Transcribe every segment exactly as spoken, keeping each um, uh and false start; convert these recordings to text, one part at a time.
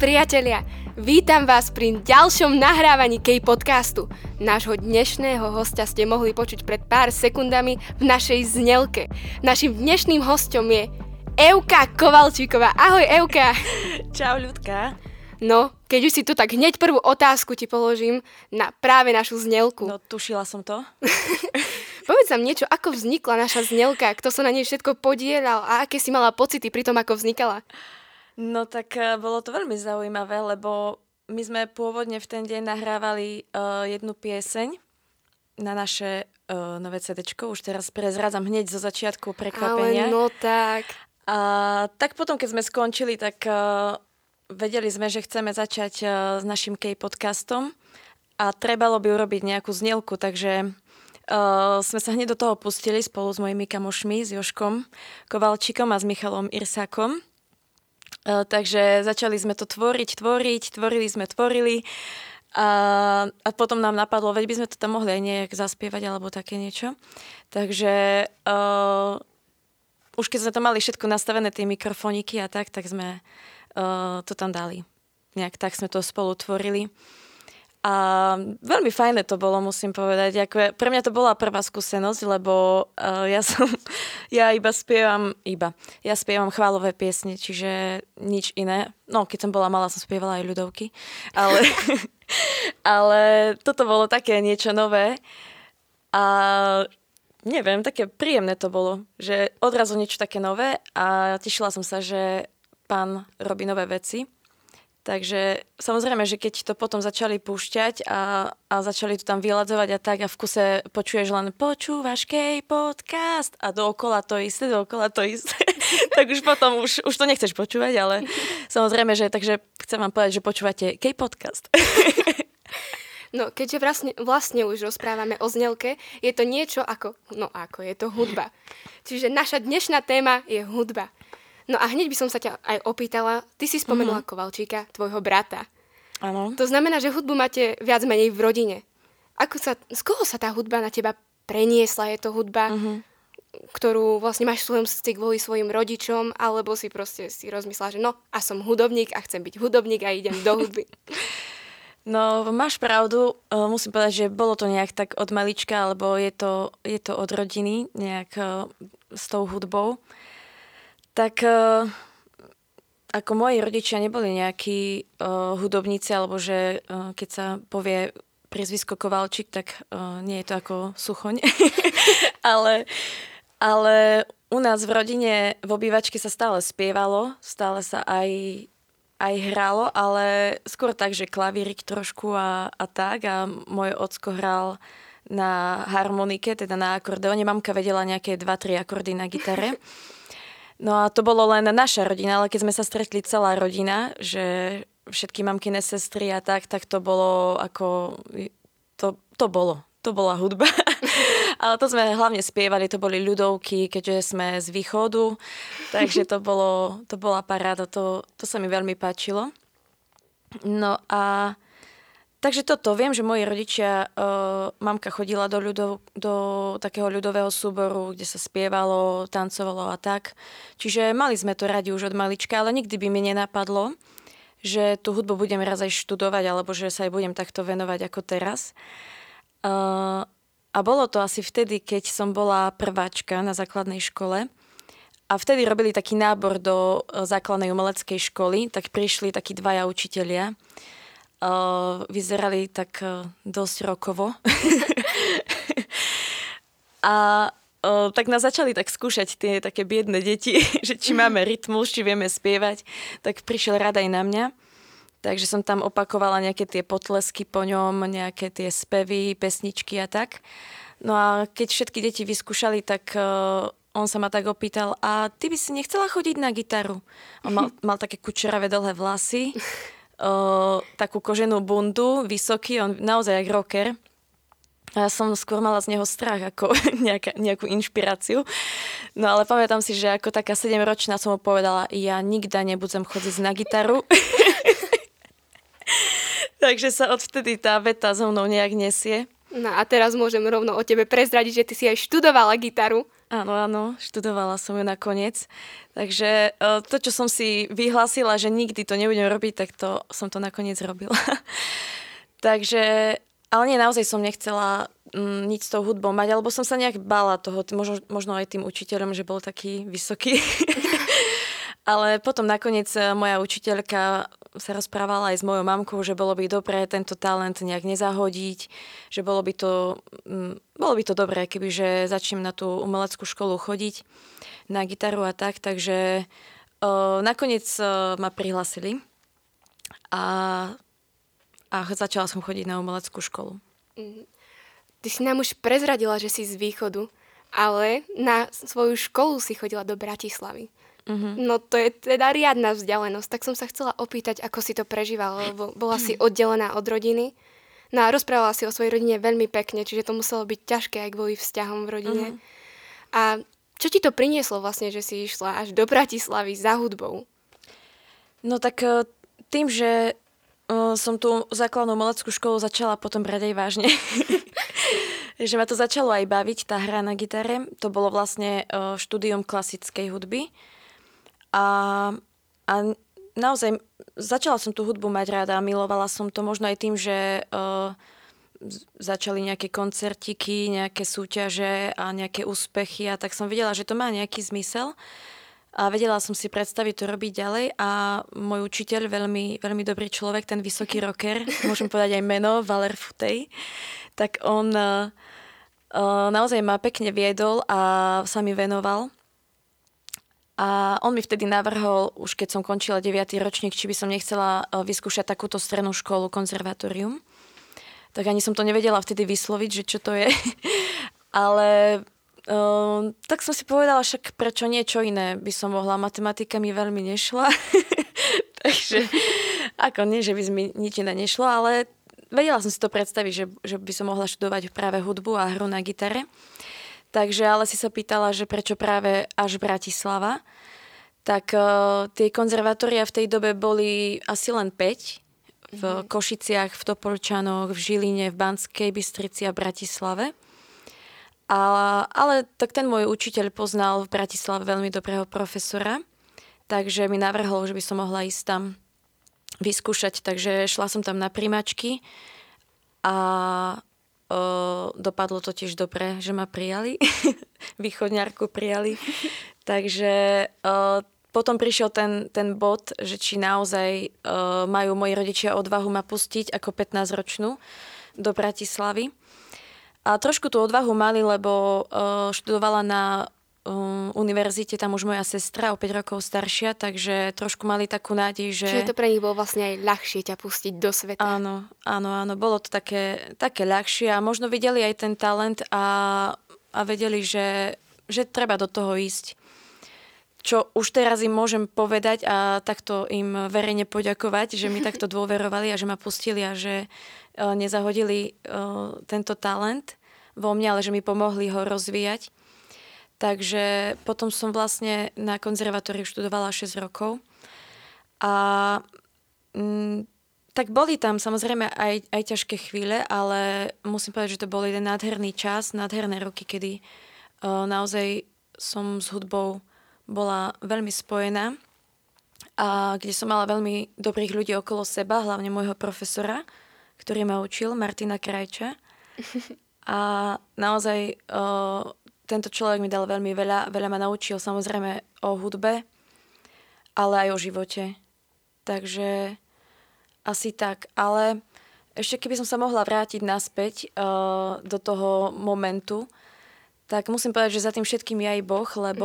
priatelia, vítam vás pri ďalšom nahrávaní K-podcastu. Nášho dnešného hostia ste mohli počuť pred pár sekundami v našej znelke. Naším dnešným hosťom je Evka Kovalčíková. Ahoj Evka. Čau ľudka. No, keď už si tu, tak hneď prvú otázku ti položím na práve našu znelku. No, tušila som to. Povedz nám niečo, ako vznikla naša znelka, kto sa na nej všetko podielal a aké si mala pocity pri tom, ako vznikala? No tak uh, bolo to veľmi zaujímavé, lebo my sme pôvodne v ten deň nahrávali uh, jednu pieseň na naše uh, nové cédečko. Už teraz prezrádzam hneď zo začiatku prekvapenia. Ale no tak. A tak potom, keď sme skončili, tak uh, vedeli sme, že chceme začať uh, s našim K-podcastom a trebalo by urobiť nejakú znielku, takže uh, sme sa hneď do toho pustili spolu s mojimi kamošmi, s Jožkom Kovalčíkom a s Michalom Irsákom. Uh, takže začali sme to tvoriť, tvoriť, tvorili sme, tvorili a, a potom nám napadlo, veď by sme to tam mohli aj nejak zaspievať alebo také niečo. Takže uh, už keď sme to mali všetko nastavené, tie mikrofóniky a tak, tak sme uh, to tam dali. Nejak tak sme to spolu tvorili. A veľmi fajné to bolo, musím povedať. Ako, pre mňa to bola prvá skúsenosť, lebo uh, ja som, ja iba spievam, iba, ja spievam chválové piesne, čiže nič iné. No, keď som bola malá, som spievala aj ľudovky, ale, ale toto bolo také niečo nové a neviem, také príjemné to bolo, že odrazu niečo také nové a tešila som sa, že pán robí nové veci. Takže samozrejme, že keď to potom začali púšťať a, a začali to tam vyladzovať a tak a v kuse počuješ len počúvaš K-podcast a dookola to isté, dookola to isté, tak už potom už, už to nechceš počúvať, ale samozrejme, že takže chcem vám povedať, že počúvate K-podcast. No, keďže vlastne, vlastne už rozprávame o znelke, je to niečo ako, no ako, je to hudba. Čiže naša dnešná téma je hudba. No a hneď by som sa ťa aj opýtala, ty si spomenula mm-hmm. Kovalčíka, tvojho brata. Áno. To znamená, že hudbu máte viac menej v rodine. Ako sa, z koho sa tá hudba na teba preniesla? Je to hudba, mm-hmm. ktorú vlastne máš v svojom srdci kvôli svojim rodičom, alebo si proste si rozmyslela, že no, a som hudobník a chcem byť hudobník a idem do hudby? No, máš pravdu, musím povedať, že bolo to nejak tak od malička, alebo je to, je to od rodiny nejak s tou hudbou. Tak uh, ako moji rodičia neboli nejakí uh, hudobníci, alebo že uh, keď sa povie priezvisko Kovalčík, tak uh, nie je to ako Suchoň. ale, ale u nás v rodine v obývačke sa stále spievalo, stále sa aj, aj hralo, ale skôr tak, že klavírik trošku a, a tak. A môj ocko hral na harmonike, teda na akordeóne. Mamka vedela nejaké dva tri akordy na gitare. No a to bolo len naša rodina, ale keď sme sa stretli celá rodina, že všetky mamkine sestry a tak, tak to bolo ako, to, to bolo, to bola hudba. Ale to sme hlavne spievali, to boli ľudovky, keďže sme z východu, takže to bolo, to bola paráda, to, to sa mi veľmi páčilo. No a takže toto, viem, že moji rodičia, uh, mamka chodila do, ľudov, do takého ľudového súboru, kde sa spievalo, tancovalo a tak. Čiže mali sme to radi už od malička, ale nikdy by mi nenapadlo, že tú hudbu budem raz aj študovať, alebo že sa aj budem takto venovať ako teraz. Uh, a bolo to asi vtedy, keď som bola prváčka na základnej škole. A vtedy robili taký nábor do základnej umeleckej školy, tak prišli takí dvaja učitelia. Uh, vyzerali tak uh, dosť rokovo. a uh, tak nás začali tak skúšať tie také biedne deti, že či máme rytmus, či vieme spievať. Tak prišiel rád aj na mňa. Takže som tam opakovala nejaké tie potlesky po ňom, nejaké tie spevy, pesničky a tak. No a keď všetky deti vyskúšali, tak uh, on sa ma tak opýtal, a ty by si nechcela chodiť na gitaru? On mal, mal také kučeravé dlhé vlasy. Uh, takú koženú bundu, vysoký, on naozaj jak rocker. A ja som skôr mala z neho strach, ako nejaká, nejakú inšpiráciu. No ale pamätám si, že ako taká sedemročná som mu povedala, ja nikda nebudem chodiť na gitaru. Takže sa odvtedy tá veta so mnou nejak nesie. No a teraz môžem rovno o tebe prezradiť, že ty si aj študovala gitaru. Áno, áno, študovala som ju nakoniec. Takže to, čo som si vyhlásila, že nikdy to nebudem robiť, tak to som to nakoniec robila. Takže, ale nie, naozaj som nechcela mm, nič s tou hudbou mať, alebo som sa nejak bála toho, možno, možno aj tým učiteľom, že bol taký vysoký. Ale potom nakoniec moja učiteľka sa rozprávala aj s mojou mamkou, že bolo by dobré tento talent nejak nezahodiť, že bolo by to, bolo by to dobré, kebyže začnem na tú umeleckú školu chodiť na gitaru a tak, takže uh, nakoniec uh, ma prihlásili a, a začala som chodiť na umeleckú školu. Ty si nám už prezradila, že si z východu, ale na svoju školu si chodila do Bratislavy. Uh-huh. No to je teda riadna vzdialenosť, tak som sa chcela opýtať, ako si to prežívala, lebo bola si oddelená od rodiny. No a rozprávala si o svojej rodine veľmi pekne, čiže to muselo byť ťažké aj kvôli vzťahom v rodine. Uh-huh. A čo ti to prinieslo vlastne, že si išla až do Bratislavy za hudbou? No tak tým, že som tú základnú umeleckú školu začala potom brať aj vážne, že ma to začalo aj baviť, tá hra na gitare, to bolo vlastne štúdium klasickej hudby. A, a naozaj začala som tú hudbu mať rada a milovala som to možno aj tým, že uh, začali nejaké koncertiky, nejaké súťaže a nejaké úspechy a tak som videla, že to má nejaký zmysel a vedela som si predstaviť to robiť ďalej a môj učiteľ, veľmi, veľmi dobrý človek, ten vysoký rocker, môžem povedať aj meno, Valer Futej, tak on uh, uh, naozaj ma pekne viedol a sa mi venoval. A on mi vtedy navrhol, už keď som končila deviaty ročník, či by som nechcela vyskúšať takúto strednú školu, konzervatórium. Tak ani som to nevedela vtedy vysloviť, že čo to je. Ale um, tak som si povedala, však prečo niečo iné by som mohla. Matematika mi veľmi nešla. Takže ako nie, že by mi nič iné nešlo, ale vedela som si to predstaviť, že, že by som mohla študovať práve hudbu a hru na gitare. Takže, ale si sa pýtala, že prečo práve až Bratislava. Tak uh, tie konzervatória v tej dobe boli asi len päť. V mm-hmm. Košiciach, v Topolčanoch, v Žiline, v Banskej Bystrici a Bratislave. A, ale tak ten môj učiteľ poznal v Bratislave veľmi dobrého profesora. Takže mi navrhol, že by som mohla ísť tam vyskúšať. Takže šla som tam na primačky a O, dopadlo to tiež dobre, že ma prijali. Východňarku prijali. Takže o, potom prišiel ten, ten bod, že či naozaj o, majú moji rodičia odvahu ma pustiť ako pätnásťročnú do Bratislavy. A trošku tú odvahu mali, lebo o, študovala na Um, univerzite, tam už moja sestra, o päť rokov staršia, takže trošku mali takú nádej, že... Čiže to pre nich bolo vlastne aj ľahšie ťa pustiť do sveta. Áno, áno, áno, bolo to také, také ľahšie a možno videli aj ten talent a, a vedeli, že, že treba do toho ísť. Čo už teraz im môžem povedať a takto im verejne poďakovať, že mi takto dôverovali a že ma pustili a že uh, nezahodili uh, tento talent vo mne, ale že mi pomohli ho rozvíjať. Takže potom som vlastne na konzervatóriu študovala šesť rokov. A mm, tak boli tam samozrejme aj, aj ťažké chvíle, ale musím povedať, že to bol jeden nádherný čas, nádherné roky, kedy uh, naozaj som s hudbou bola veľmi spojená a kde som mala veľmi dobrých ľudí okolo seba, hlavne môjho profesora, ktorý ma učil, Martina Krajča. A naozaj... Uh, Tento človek mi dal veľmi veľa, veľa ma naučil samozrejme o hudbe, ale aj o živote. Takže asi tak. Ale ešte keby som sa mohla vrátiť naspäť uh, do toho momentu, tak musím povedať, že za tým všetkým je aj Boh, lebo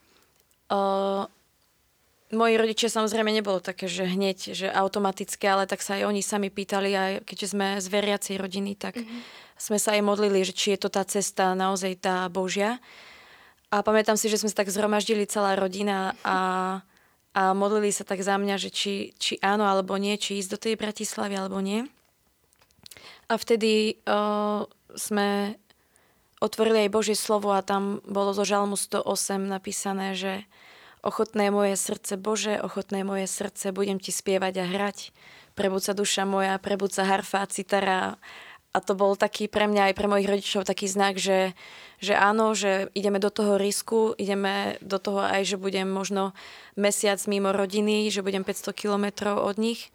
uh, moji rodičia samozrejme nebolo také, že hneď, že automatické, ale tak sa aj oni sami pýtali, aj keďže sme z veriacej rodiny, tak... Mm-hmm. sme sa aj modlili, že či je to tá cesta naozaj tá Božia. A pamätám si, že sme sa tak zhromaždili celá rodina a, a modlili sa tak za mňa, že či, či áno alebo nie, či ísť do tej Bratislavy alebo nie. A vtedy uh, sme otvorili aj Božie slovo a tam bolo zo Žalmu sto osem napísané, že ochotné moje srdce, Bože, ochotné moje srdce, budem ti spievať a hrať. Prebúď sa duša moja, prebúď sa harfa, citara a to bol taký pre mňa aj pre mojich rodičov taký znak, že, že áno, že ideme do toho risku, ideme do toho aj, že budem možno mesiac mimo rodiny, že budem päťsto kilometrov od nich.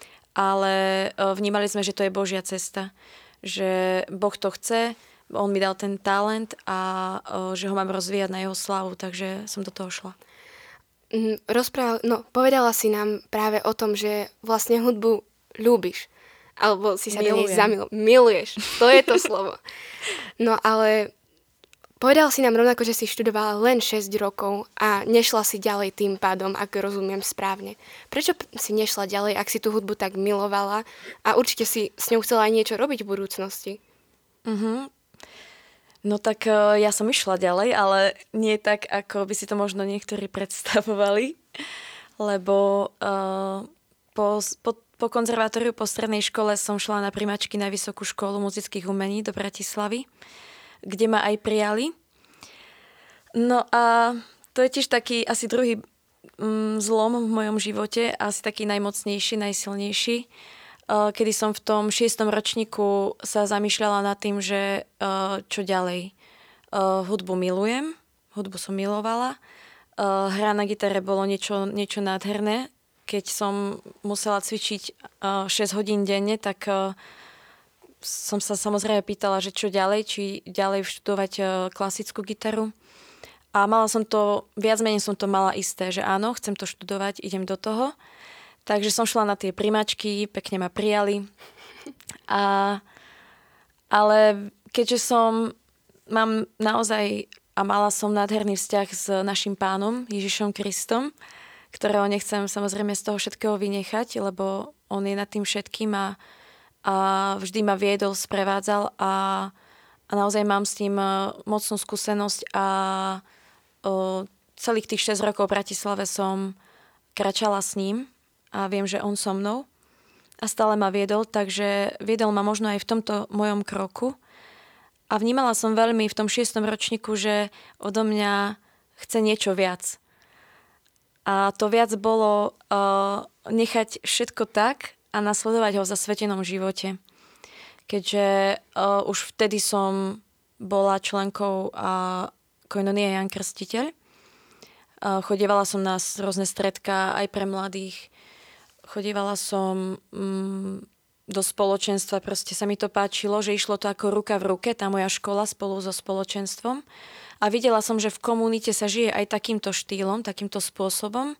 Ale vnímali sme, že to je Božia cesta. Že Boh to chce, on mi dal ten talent a že ho mám rozvíjať na jeho slávu, takže som do toho šla. Rozpráv, no, povedala si nám práve o tom, že vlastne hudbu ľúbiš. Alebo si sa do nej zamil. Miluješ. To je to slovo. No ale povedal si nám rovnako, že si študovala len šesť rokov a nešla si ďalej tým pádom, ak rozumiem správne. Prečo si nešla ďalej, ak si tú hudbu tak milovala a určite si s ňou chcela aj niečo robiť v budúcnosti? Mhm. No tak uh, ja som išla ďalej, ale nie tak, ako by si to možno niektorí predstavovali, lebo uh, po, po, po konzervatóriu, po strednej škole som šla na prijímačky na Vysokú školu muzických umení do Bratislavy, kde ma aj prijali. No a to je tiež taký asi druhý um, zlom v mojom živote, asi taký najmocnejší, najsilnejší, kedy som v tom šiestom ročníku sa zamýšľala nad tým, že čo ďalej. Hudbu milujem, hudbu som milovala. Hra na gitare bolo niečo, niečo nádherné. Keď som musela cvičiť šesť hodín denne, tak som sa samozrejme pýtala, že čo ďalej, či ďalej študovať klasickú gitaru. A mala som to, viac menej som to mala isté, že áno, chcem to študovať, idem do toho. Takže som šla na tie primačky, pekne ma prijali. A, ale keďže som, mám naozaj a mala som nádherný vzťah s našim pánom Ježišom Kristom, ktorého nechcem samozrejme z toho všetkého vynechať, lebo on je nad tým všetkým a, a vždy ma viedol, sprevádzal a, a naozaj mám s tým mocnú skúsenosť a o, celých tých šesť rokov v Bratislave som kračala s ním. A viem, že on so mnou a stále ma viedol, takže viedol ma možno aj v tomto mojom kroku. A vnímala som veľmi v tom šiestom ročníku, že odo mňa chce niečo viac. A to viac bolo uh, nechať všetko tak a nasledovať ho v zasvetenom živote. Keďže uh, už vtedy som bola členkou uh, Koinonie Ján Krstiteľ. Uh, chodievala som na rôzne stredká aj pre mladých. Chodievala som mm, do spoločenstva, proste sa mi to páčilo, že išlo to ako ruka v ruke, tá moja škola spolu so spoločenstvom. A videla som, že v komunite sa žije aj takýmto štýlom, takýmto spôsobom.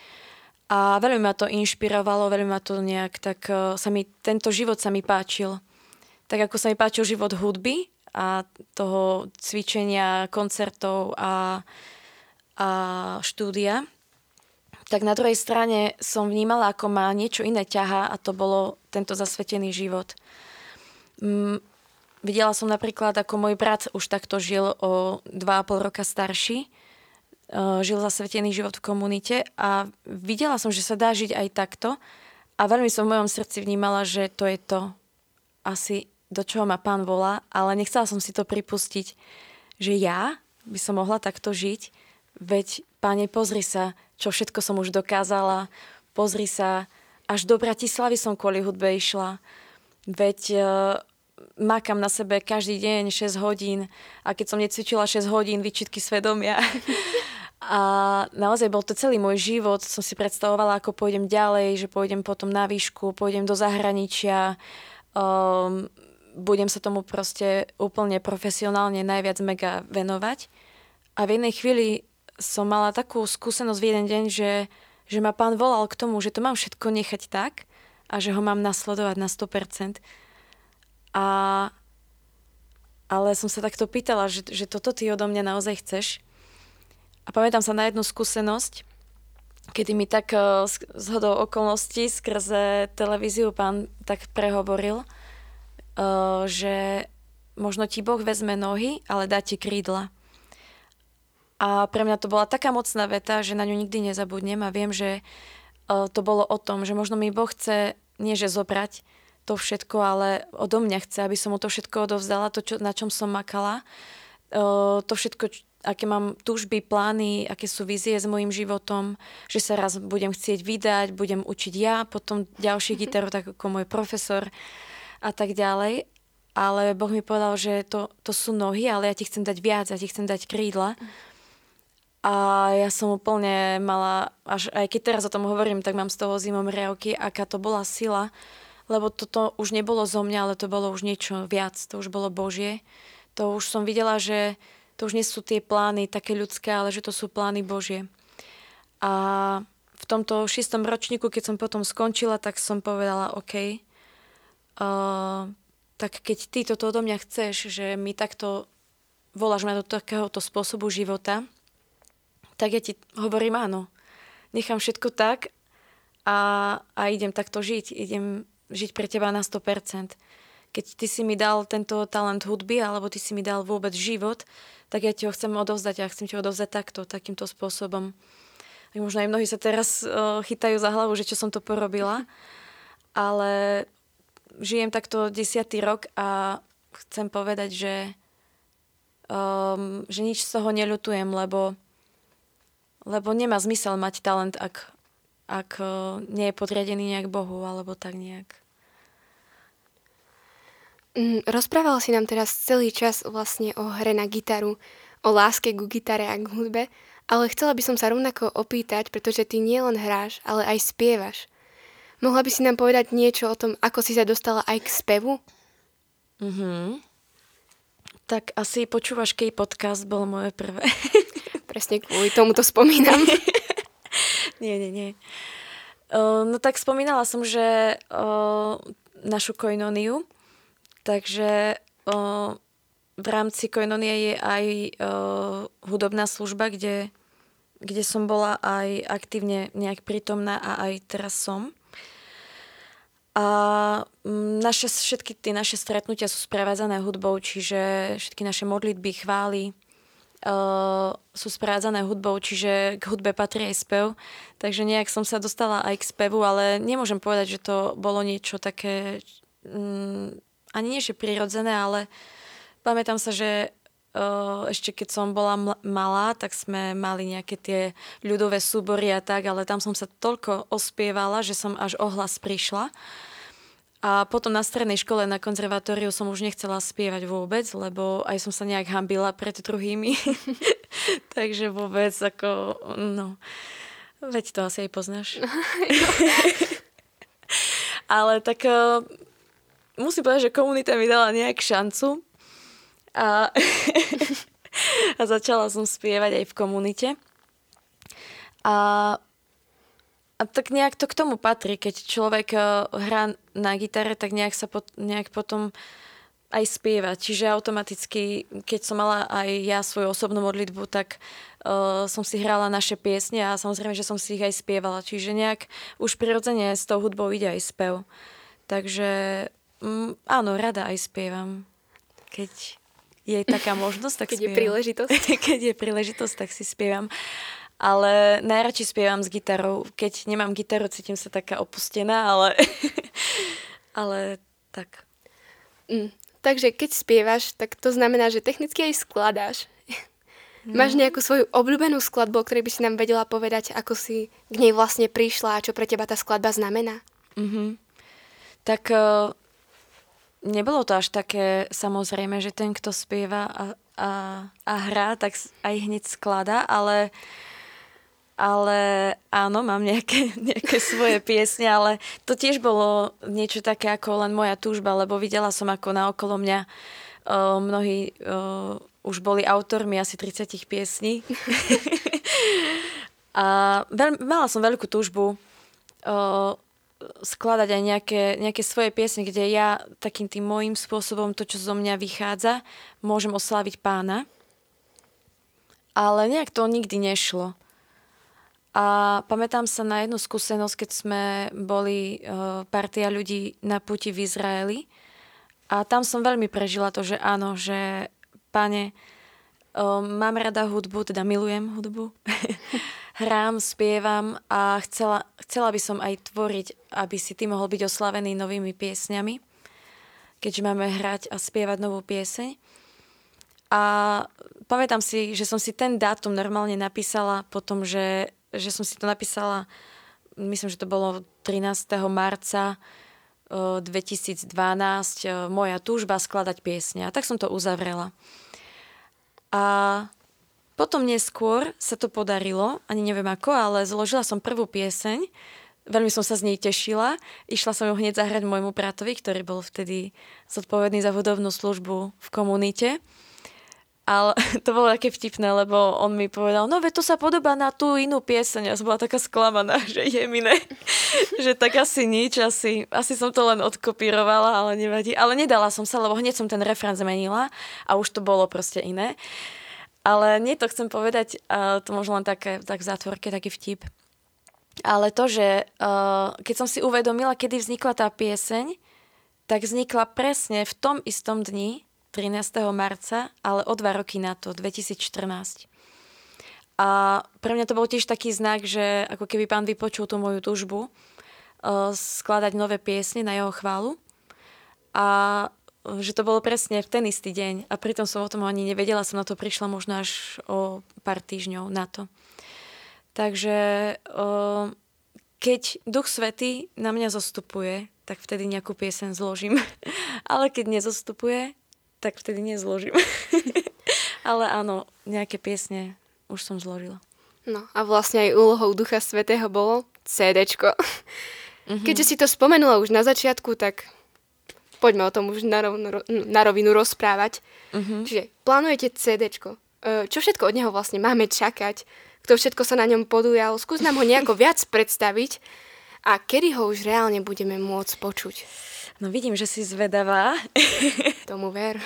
A veľmi ma to inšpirovalo, veľmi ma to nejak tak, sa mi, tento život sa mi páčil. Tak ako sa mi páčil život hudby a toho cvičenia, koncertov a, a štúdia, tak na druhej strane som vnímala, ako ma niečo iné ťahá a to bolo tento zasvetený život. Mm, videla som napríklad, ako môj brat už takto žil o dva a pol roka starší. Uh, žil zasvetený život v komunite a videla som, že sa dá žiť aj takto a veľmi som v mojom srdci vnímala, že to je to asi, do čoho ma Pán volá, ale nechcela som si to pripustiť, že ja by som mohla takto žiť, veď Páne, pozri sa, čo všetko som už dokázala. Pozri sa, až do Bratislavy som kvôli hudbe išla. Veď uh, makám na sebe každý deň šesť hodín a keď som necvičila šesť hodín, výčitky svedomia. A naozaj bol to celý môj život. Som si predstavovala, ako pôjdem ďalej, že pôjdem potom na výšku, pôjdem do zahraničia. Um, budem sa tomu proste úplne profesionálne najviac mega venovať. A v jednej chvíli som mala takú skúsenosť v jeden deň, že, že ma Pán volal k tomu, že to mám všetko nechať tak a že ho mám nasledovať na sto percent. A, ale som sa takto pýtala, že, že toto ty odo mňa naozaj chceš. A pamätám sa na jednu skúsenosť, kedy mi tak zhodou okolností skrze televíziu Pán tak prehovoril, že možno ti Boh vezme nohy, ale dá ti krídla. A pre mňa to bola taká mocná veta, že na ňu nikdy nezabudnem a viem, že to bolo o tom, že možno mi Boh chce, nie že zobrať to všetko, ale odo mňa chce, aby som mu to všetko odovzdala, to, čo, na čom som makala. To všetko, aké mám túžby, plány, aké sú vízie s mojím životom, že sa raz budem chcieť vydať, budem učiť ja, potom ďalší gitaru, tak ako môj profesor a tak ďalej. ale Boh mi povedal, že to, to sú nohy, ale ja ti chcem dať viac, ja ti chcem dať krídla. A ja som úplne mala, až aj keď teraz o tom hovorím, tak mám z toho zimom riavky, aká to bola sila, lebo toto už nebolo zo mňa, ale to bolo už niečo viac, to už bolo Božie. To už som videla, že to už nie sú tie plány také ľudské, ale že to sú plány Božie. A v tomto šiestom ročníku, keď som potom skončila, tak som povedala, OK, uh, tak keď ty toto odo mňa chceš, že mi takto voláš ma do takéhoto spôsobu života, tak ja ti hovorím áno. Nechám všetko tak a, a idem takto žiť. Idem žiť pre teba na sto percent. Keď ty si mi dal tento talent hudby, alebo ty si mi dal vôbec život, tak ja ti ho chcem odovzdať a chcem ti ho odovzdať takto, takýmto spôsobom. Tak možno aj mnohí sa teraz uh, chytajú za hlavu, že čo som to porobila, ale žijem takto desiatý rok a chcem povedať, že, um, že nič z toho neľutujem, lebo, lebo nemá zmysel mať talent, ak, ak uh, nie je podriadený nejak Bohu, alebo tak nejak. Mm, rozprával si nám teraz celý čas vlastne o hre na gitaru, o láske ku gitare a k hudbe, ale chcela by som sa rovnako opýtať, pretože ty nielen hráš, ale aj spievaš. Mohla by si nám povedať niečo o tom, ako si sa dostala aj k spevu? Mhm. Tak asi počúvaš Kej podcast, bolo moje prvé. Presne kvôli tomu to spomínam. nie, nie, nie. Uh, no tak spomínala som, že uh, našu koinoniu, takže uh, v rámci koinonie je aj uh, hudobná služba, kde, kde som bola aj aktívne nejak prítomná a aj teraz som. A naše, všetky tie naše stretnutia sú sprevádzané hudbou, čiže všetky naše modlitby, chvály uh, sú sprevádzané hudbou, čiže k hudbe patrí aj spev. Takže nejak som sa dostala aj k spevu, ale nemôžem povedať, že to bolo niečo také, um, ani nie že prirodzené, ale pamätám sa, že uh, ešte keď som bola ml- malá, tak sme mali nejaké tie ľudové súbory a tak, ale tam som sa toľko ospievala, že som až o hlas prišla. A potom na strednej škole, na konzervatóriu som už nechcela spievať vôbec, lebo aj som sa nejak hanbila pred druhými. Takže vôbec ako, no, veď to asi aj poznáš. Ale tak uh, musím povedať, že komunita mi dala nejak šancu a, a začala som spievať aj v komunite. A A tak nejak to k tomu patrí, keď človek uh, hrá na gitare, tak nejak sa pot, nejak potom aj spieva. Čiže automaticky, keď som mala aj ja svoju osobnú modlitbu, tak uh, som si hrala naše piesne a samozrejme, že som si ich aj spievala. Čiže nejak už prirodzene s tou hudbou ide aj spev. Takže um, áno, rada aj spievam. Keď je taká možnosť, tak keď spievam. Keď je príležitosť. Keď je príležitosť, tak si spievam. Ale najradšej spievam s gitarou. Keď nemám gitaru, cítim sa taká opustená, ale, ale tak. Mm. Takže keď spievaš, tak to znamená, že technicky aj skladáš. No. Máš nejakú svoju obľúbenú skladbu, o ktorej by si nám vedela povedať, ako si k nej vlastne prišla a čo pre teba tá skladba znamená? Mm-hmm. Tak uh, nebolo to až také samozrejme, že ten, kto spieva a, a, a hrá, tak aj hneď skladá, ale Ale áno, mám nejaké, nejaké svoje piesne, ale to tiež bolo niečo také ako len moja túžba, lebo videla som, ako naokolo mňa uh, mnohí uh, už boli autormi asi tridsať piesní. A veľ, mala som veľkú túžbu uh, skladať aj nejaké, nejaké svoje piesne, kde ja takým tým môjim spôsobom, to, čo zo mňa vychádza, môžem osláviť Pána. Ale nejak to nikdy nešlo. A pamätám sa na jednu skúsenosť, keď sme boli uh, partia ľudí na puti v Izraeli. A tam som veľmi prežila to, že áno, že Pane, uh, mám rada hudbu, teda milujem hudbu. Hrám, spievam a chcela, chcela by som aj tvoriť, aby si ty mohol byť oslavený novými piesňami, keďže máme hrať a spievať novú pieseň. A pamätám si, že som si ten dátum normálne napísala potom, že že som si to napísala, myslím, že to bolo trinásteho marca dvetisícdvanásť moja túžba skladať piesne. A tak som to uzavrela. A potom neskôr sa to podarilo, ani neviem ako, ale zložila som prvú pieseň. Veľmi som sa z nej tešila. Išla som ju hneď zahrať môjmu bratovi, ktorý bol vtedy zodpovedný za hudobnú službu v komunite. Ale to bolo také vtipné, lebo on mi povedal, no veď to sa podobá na tú inú pieseň. Ja som bola taká sklamaná, že je mi ne. Že tak asi nič, asi, asi som to len odkopírovala, ale nevadí. Ale nedala som sa, lebo hneď som ten refrén zmenila a už to bolo proste iné. Ale nie to chcem povedať, uh, to možno len také, tak v zátvorke, taký vtip. Ale to, že uh, keď som si uvedomila, kedy vznikla tá pieseň, tak vznikla presne v tom istom dni, trinásteho marca, ale o dva roky na to, dvetisícštrnásť. A pre mňa to bol tiež taký znak, že ako keby pán vypočul tú moju túžbu uh, skladať nové piesne na jeho chválu. A uh, že to bolo presne v ten istý deň. A pritom som o tom ani nevedela, som na to prišla možno až o pár týždňov na to. Takže uh, keď Duch Svätý na mňa zostupuje, tak vtedy nejakú pieseň zložím. Ale keď nezostupuje, tak vtedy nezložím. Ale áno, nejaké piesne už som zložila. No a vlastne aj úlohou Ducha Svätého bolo cédečko. Mm-hmm. Keďže si to spomenula už na začiatku, tak poďme o tom už na, rovno, na rovinu rozprávať. Mm-hmm. Čiže plánujete cédečko. Čo všetko od neho vlastne máme čakať? Kto všetko sa na ňom podujal? Skús nám ho nejako viac predstaviť a kedy ho už reálne budeme môcť počuť. No vidím, že si zvedavá. Tomu ver.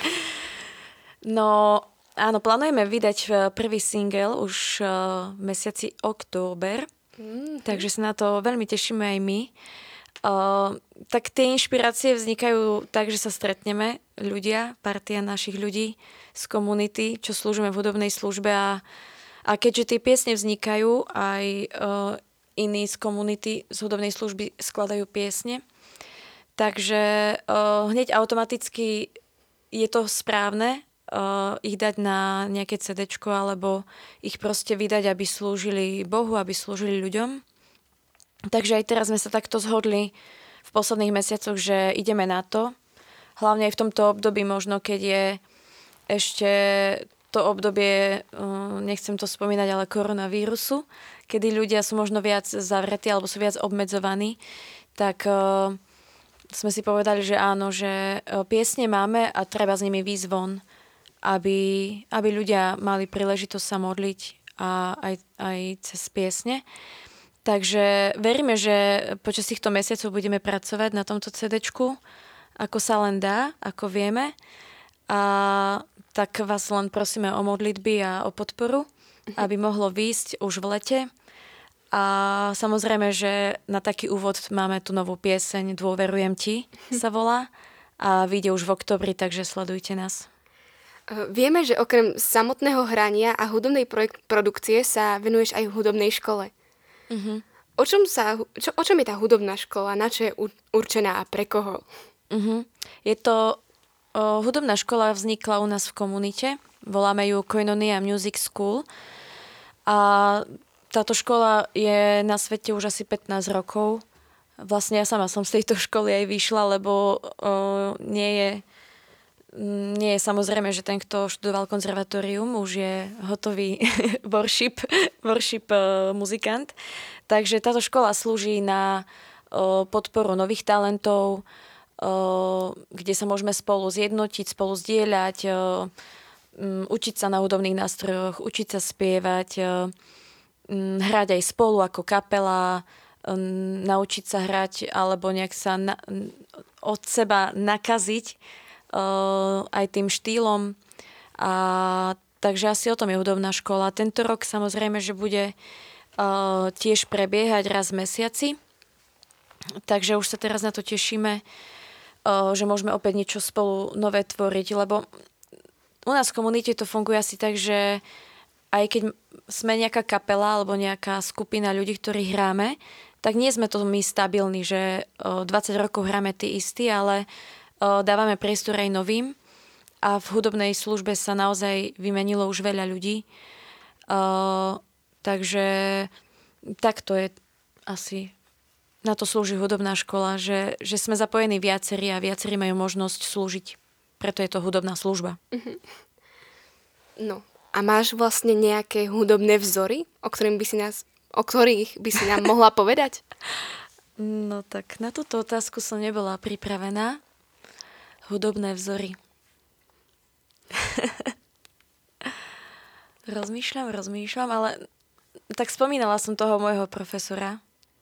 No áno, plánujeme vydať prvý single už v mesiaci október, mm-hmm. takže sa na to veľmi tešíme aj my. Uh, tak tie inšpirácie vznikajú tak, že sa stretneme ľudia, partia našich ľudí z komunity, čo slúžime v hudobnej službe a, a keďže tie piesne vznikajú, aj uh, iní z komunity z hudobnej služby skladajú piesne, takže uh, hneď automaticky je to správne uh, ich dať na nejaké cédečko alebo ich proste vydať, aby slúžili Bohu, aby slúžili ľuďom. Takže aj teraz sme sa takto zhodli v posledných mesiacoch, že ideme na to. Hlavne aj v tomto období možno, keď je ešte to obdobie, uh, nechcem to spomínať, ale koronavírusu, kedy ľudia sú možno viac zavretí alebo sú viac obmedzovaní, tak uh, sme si povedali, že áno, že piesne máme a treba s nimi výjsť von, aby, aby ľudia mali príležitosť sa modliť a aj, aj cez piesne. Takže veríme, že počas týchto mesiacov budeme pracovať na tomto cédečku, ako sa len dá, ako vieme. A tak vás len prosíme o modlitby a o podporu, aby mohlo výjsť už v lete. A samozrejme, že na taký úvod máme tu novú pieseň Dôverujem ti, sa volá. A vyjde už v oktobri, takže sledujte nás. Vieme, že okrem samotného hrania a hudobnej projekt- produkcie sa venuješ aj v hudobnej škole. Uh-huh. O čom sa, čo, o čom je tá hudobná škola? Na čo je u, určená a pre koho? Uh-huh. Je to... O, hudobná škola vznikla u nás v komunite. Voláme ju Koinonia Music School. A táto škola je na svete už asi pätnásť rokov. Vlastne ja sama som z tejto školy aj vyšla, lebo uh, nie je, nie je samozrejme, že ten, kto študoval konzervatórium, už je hotový worship, worship uh, muzikant. Takže táto škola slúži na uh, podporu nových talentov, uh, kde sa môžeme spolu zjednotiť, spolu zdieľať, uh, um, učiť sa na hudobných nástrojoch, učiť sa spievať, uh, hrať aj spolu ako kapela, naučiť sa hrať alebo nejak sa na, od seba nakaziť uh, aj tým štýlom. A, takže asi o tom je hudobná škola. Tento rok samozrejme, že bude uh, tiež prebiehať raz v mesiaci. Takže už sa teraz na to tešíme, uh, že môžeme opäť niečo spolu nové tvoriť, lebo u nás v komunite to funguje asi tak, že aj keď sme nejaká kapela alebo nejaká skupina ľudí, ktorí hráme, tak nie sme to my stabilní, že dvadsať rokov hráme tí istí, ale dávame priestor aj novým. A v hudobnej službe sa naozaj vymenilo už veľa ľudí. Takže takto je asi na to slúži hudobná škola, že, že sme zapojení viacerí a viacerí majú možnosť slúžiť. Preto je to hudobná služba. Mm-hmm. No a máš vlastne nejaké hudobné vzory, o, ktorým by si nás, o ktorých by si nám mohla povedať? No tak na túto otázku som nebola pripravená. Hudobné vzory. rozmýšľam, rozmýšľam, ale tak spomínala som toho môjho profesora.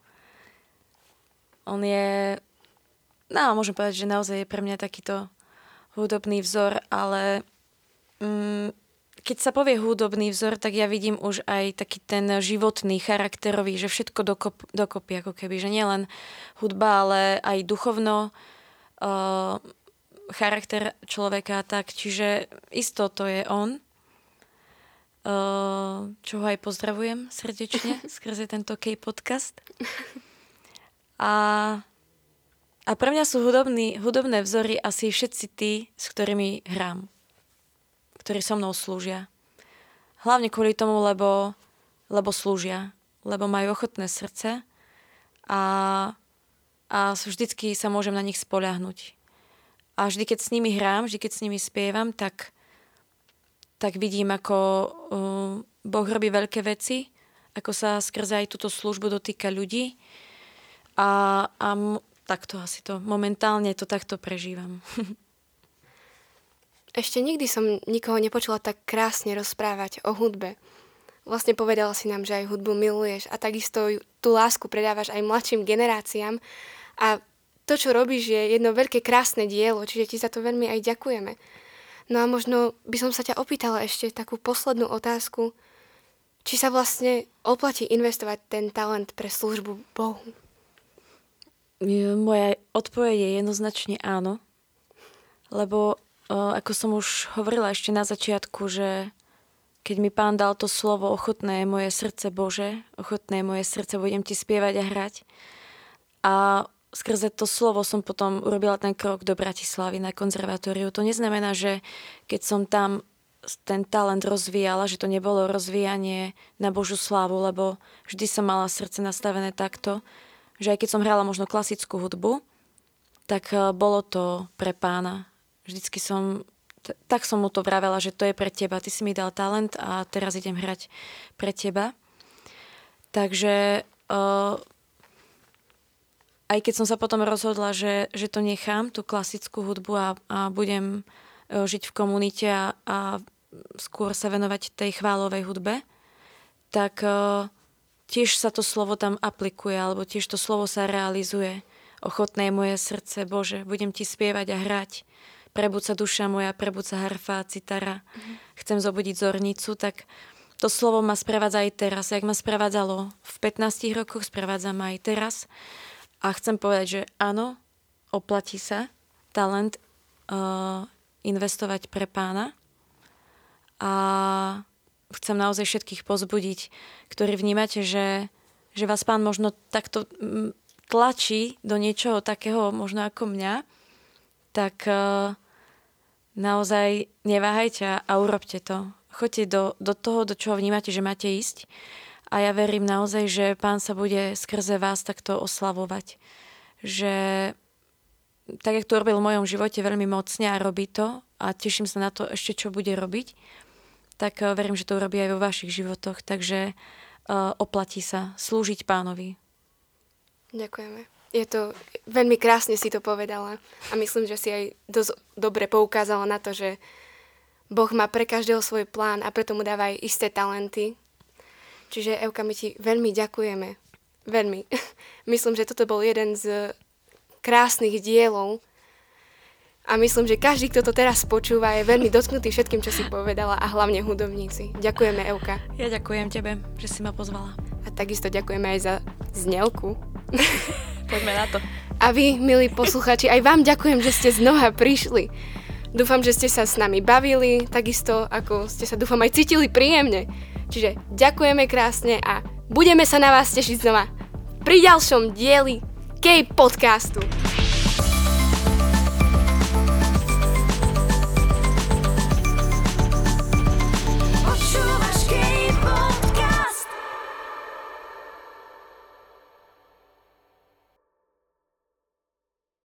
On je, no môžem povedať, že naozaj je pre mňa takýto hudobný vzor, ale mm, keď sa povie hudobný vzor, tak ja vidím už aj taký ten životný, charakterový, že všetko dokop, dokopy, ako keby, že nielen hudba, ale aj duchovno, uh, charakter človeka, tak, čiže isto to je on, uh, čo ho aj pozdravujem srdečne skrze tento K-podcast. A, a pre mňa sú hudobný, hudobné vzory asi všetci tí, s ktorými hrám, ktorí so mnou slúžia. Hlavne kvôli tomu, lebo, lebo slúžia, lebo majú ochotné srdce a, a vždycky sa môžem na nich spoľahnúť. A vždy, keď s nimi hrám, vždy, keď s nimi spievam, tak, tak vidím, ako uh, Boh robí veľké veci, ako sa skrze aj túto službu dotýka ľudí a, a takto asi to, momentálne to takto prežívam. Ešte nikdy som nikoho nepočula tak krásne rozprávať o hudbe. Vlastne povedala si nám, že aj hudbu miluješ a takisto tú lásku predávaš aj mladším generáciám a to, čo robíš, je jedno veľké krásne dielo, čiže ti za to veľmi aj ďakujeme. No a možno by som sa ťa opýtala ešte takú poslednú otázku, či sa vlastne oplatí investovať ten talent pre službu Bohu? Moja odpoveď je jednoznačne áno, lebo ako som už hovorila ešte na začiatku, že keď mi Pán dal to slovo ochotné je moje srdce Bože, ochotné je moje srdce, budem ti spievať a hrať. A skrze to slovo som potom urobila ten krok do Bratislavy na konzervatóriu. To neznamená, že keď som tam ten talent rozvíjala, že to nebolo rozvíjanie na Božiu slávu, lebo vždy som mala srdce nastavené takto, že aj keď som hrala možno klasickú hudbu, tak bolo to pre Pána. Vždycky som, t- tak som mu to vravela, že to je pre teba. Ty si mi dal talent a teraz idem hrať pre teba. Takže uh, aj keď som sa potom rozhodla, že, že to nechám, tú klasickú hudbu a, a budem uh, žiť v komunite a, a skôr sa venovať tej chválovej hudbe, tak uh, tiež sa to slovo tam aplikuje, alebo tiež to slovo sa realizuje. Ochotné je moje srdce, Bože, budem ti spievať a hrať. Prebud sa duša moja, prebud sa harfa, citara. Mm. Chcem zobudiť zornicu, tak to slovo ma sprevádza aj teraz. Jak ma sprevádzalo v pätnástich rokoch, sprevádza ma aj teraz. A chcem povedať, že áno, oplatí sa talent uh, investovať pre Pána. A chcem naozaj všetkých pozbudiť, ktorí vnímate, že, že vás Pán možno takto tlačí do niečoho takého, možno ako mňa, tak uh, naozaj neváhajte a urobte to. Choďte do, do toho, do čoho vnímate, že máte ísť. A ja verím naozaj, že Pán sa bude skrze vás takto oslavovať. Že tak, jak to robil v mojom živote veľmi mocne a robí to a teším sa na to ešte, čo bude robiť, tak uh, verím, že to urobí aj vo vašich životoch. Takže uh, oplatí sa slúžiť Pánovi. Ďakujeme. Je to, veľmi krásne si to povedala a myslím, že si aj dosť dobre poukázala na to, že Boh má pre každého svoj plán a preto mu dáva aj isté talenty. Čiže Evka, my ti veľmi ďakujeme. Veľmi. Myslím, že toto bol jeden z krásnych dielov a myslím, že každý, kto to teraz počúva, je veľmi dotknutý všetkým, čo si povedala a hlavne hudobníci. Ďakujeme, Evka. Ja ďakujem tebe, že si ma pozvala. A takisto ďakujeme aj za znelku. Poďme na to. A vy, milí posluchači, aj vám ďakujem, že ste znova prišli. Dúfam, že ste sa s nami bavili, takisto ako ste sa, dúfam, aj cítili príjemne. Čiže ďakujeme krásne a budeme sa na vás tešiť znova pri ďalšom dieli K-podcastu.